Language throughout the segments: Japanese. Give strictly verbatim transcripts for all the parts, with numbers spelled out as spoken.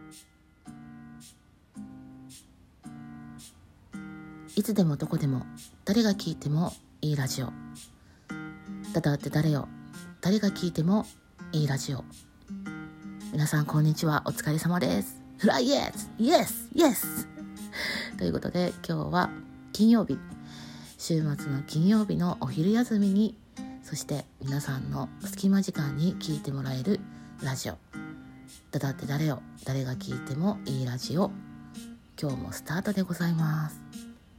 いつでもどこでも誰が聞いてもいいラジオ。だだって誰よ、誰が聞いてもいいラジオ。皆さんこんにちは、お疲れ様です。フライエースイエスイエスということで、今日は金曜日、週末の金曜日のお昼休みに、そして皆さんの隙間時間に聞いてもらえるラジオ、だだって誰よ、誰が聞いてもいいラジオ。今日もスタートでございます。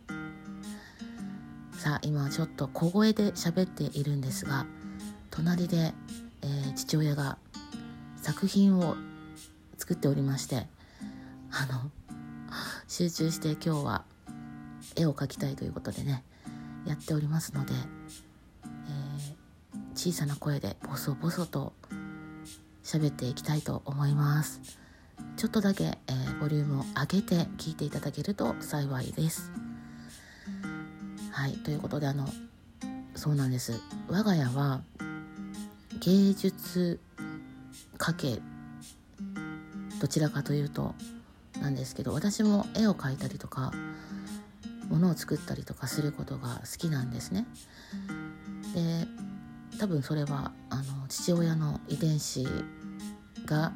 さあ、今ちょっと小声で喋っているんですが、隣で、えー、父親が作品を作っておりまして、あの集中して今日は絵を描きたいということでね、やっておりますので、えー、小さな声でボソボソと喋っていきたいと思います。ちょっとだけ、えー、ボリュームを上げて聞いていただけると幸いです。はい、ということで、あのそうなんです。我が家は芸術家系、どちらかというとなんですけど、私も絵を描いたりとか物を作ったりとかすることが好きなんですね。で、多分それはあの父親の遺伝子が、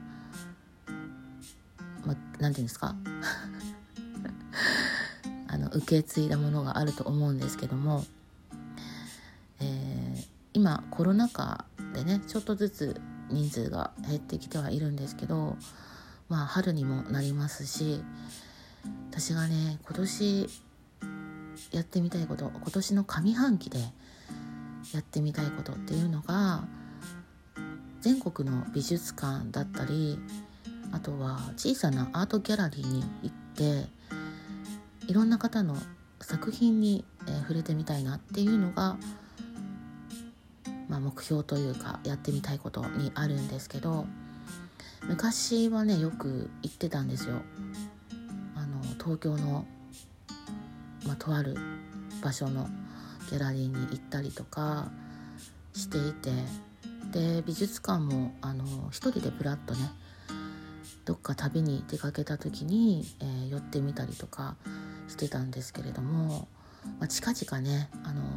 ま、なんていうんですかあの受け継いだものがあると思うんですけども、えー、今コロナ禍でね、ちょっとずつ人数が減ってきてはいるんですけど、まあ春にもなりますし、私がね今年やってみたいこと、今年の上半期でやってみたいことっていうのが、全国の美術館だったり、あとは小さなアートギャラリーに行っていろんな方の作品に、えー、触れてみたいなっていうのが、まあ、目標というかやってみたいことにあるんですけど、昔はねよく行ってたんですよ。あの東京の、まあ、とある場所のギャラリーに行ったりとかしていて、で美術館もあの一人でプラッとね、どっか旅に出かけた時に、えー、寄ってみたりとかしてたんですけれども、まあ、近々ねあの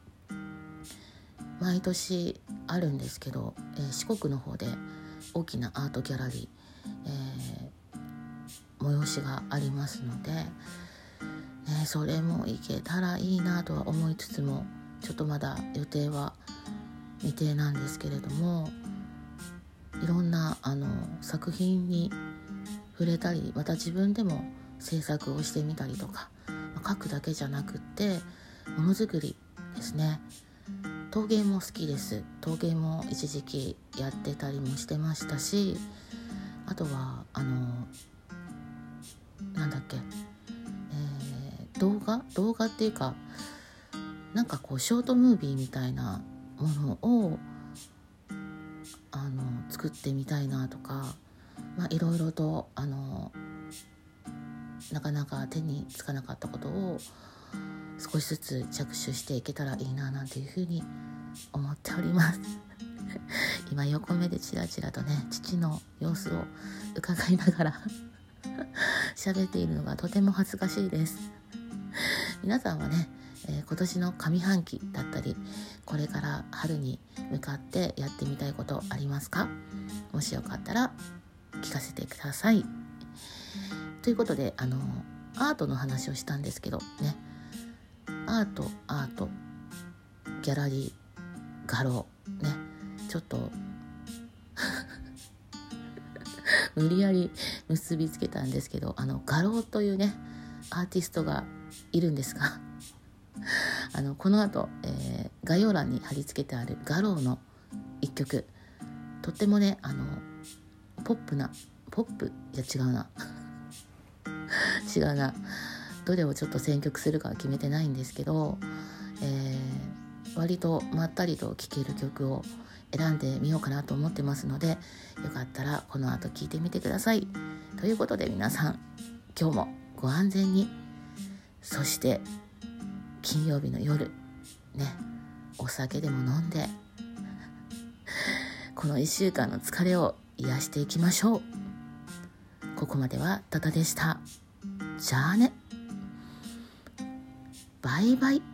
毎年あるんですけど、えー、四国の方で大きなアートギャラリー、えー、催しがありますので、ね、それも行けたらいいなとは思いつつも、ちょっとまだ予定は未定なんですけれども、いろんなあの作品に触れたり、また自分でも制作をしてみたりとか、描くだけじゃなくってものづくりですね。陶芸も好きです。陶芸も一時期やってたりもしてましたし、あとはあのなんだっけ、えー、動画動画っていうか、なんかこうショートムービーみたいなものをあの作ってみたいなとか、まあいろいろとあのなかなか手につかなかったことを少しずつ着手していけたらいいななんていうふうに思っております今横目でチラチラとね、父の様子を伺いながら喋っているのがとても恥ずかしいです皆さんはね、えー、今年の上半期だったり、これから春に向かってやってみたいことありますか？もしよかったら聞かせてください。ということで、あのアートの話をしたんですけどね、アートアートギャラリー画廊ね、ちょっと無理やり結びつけたんですけど、あの画廊というねアーティストがいるんですがあのこの後、えー、概要欄に貼り付けてある画廊の一曲、とってもねあのポップなポップいや違うな違うなどれをちょっと選曲するかは決めてないんですけど、えー、割とまったりと聴ける曲を選んでみようかなと思ってますので、よかったらこの後聴いてみてください。ということで皆さん、今日もご安全に、そして金曜日の夜ね、お酒でも飲んでこのいっしゅうかんの疲れを癒していきましょう。 ここまではタタでした。じゃあね、バイバイ。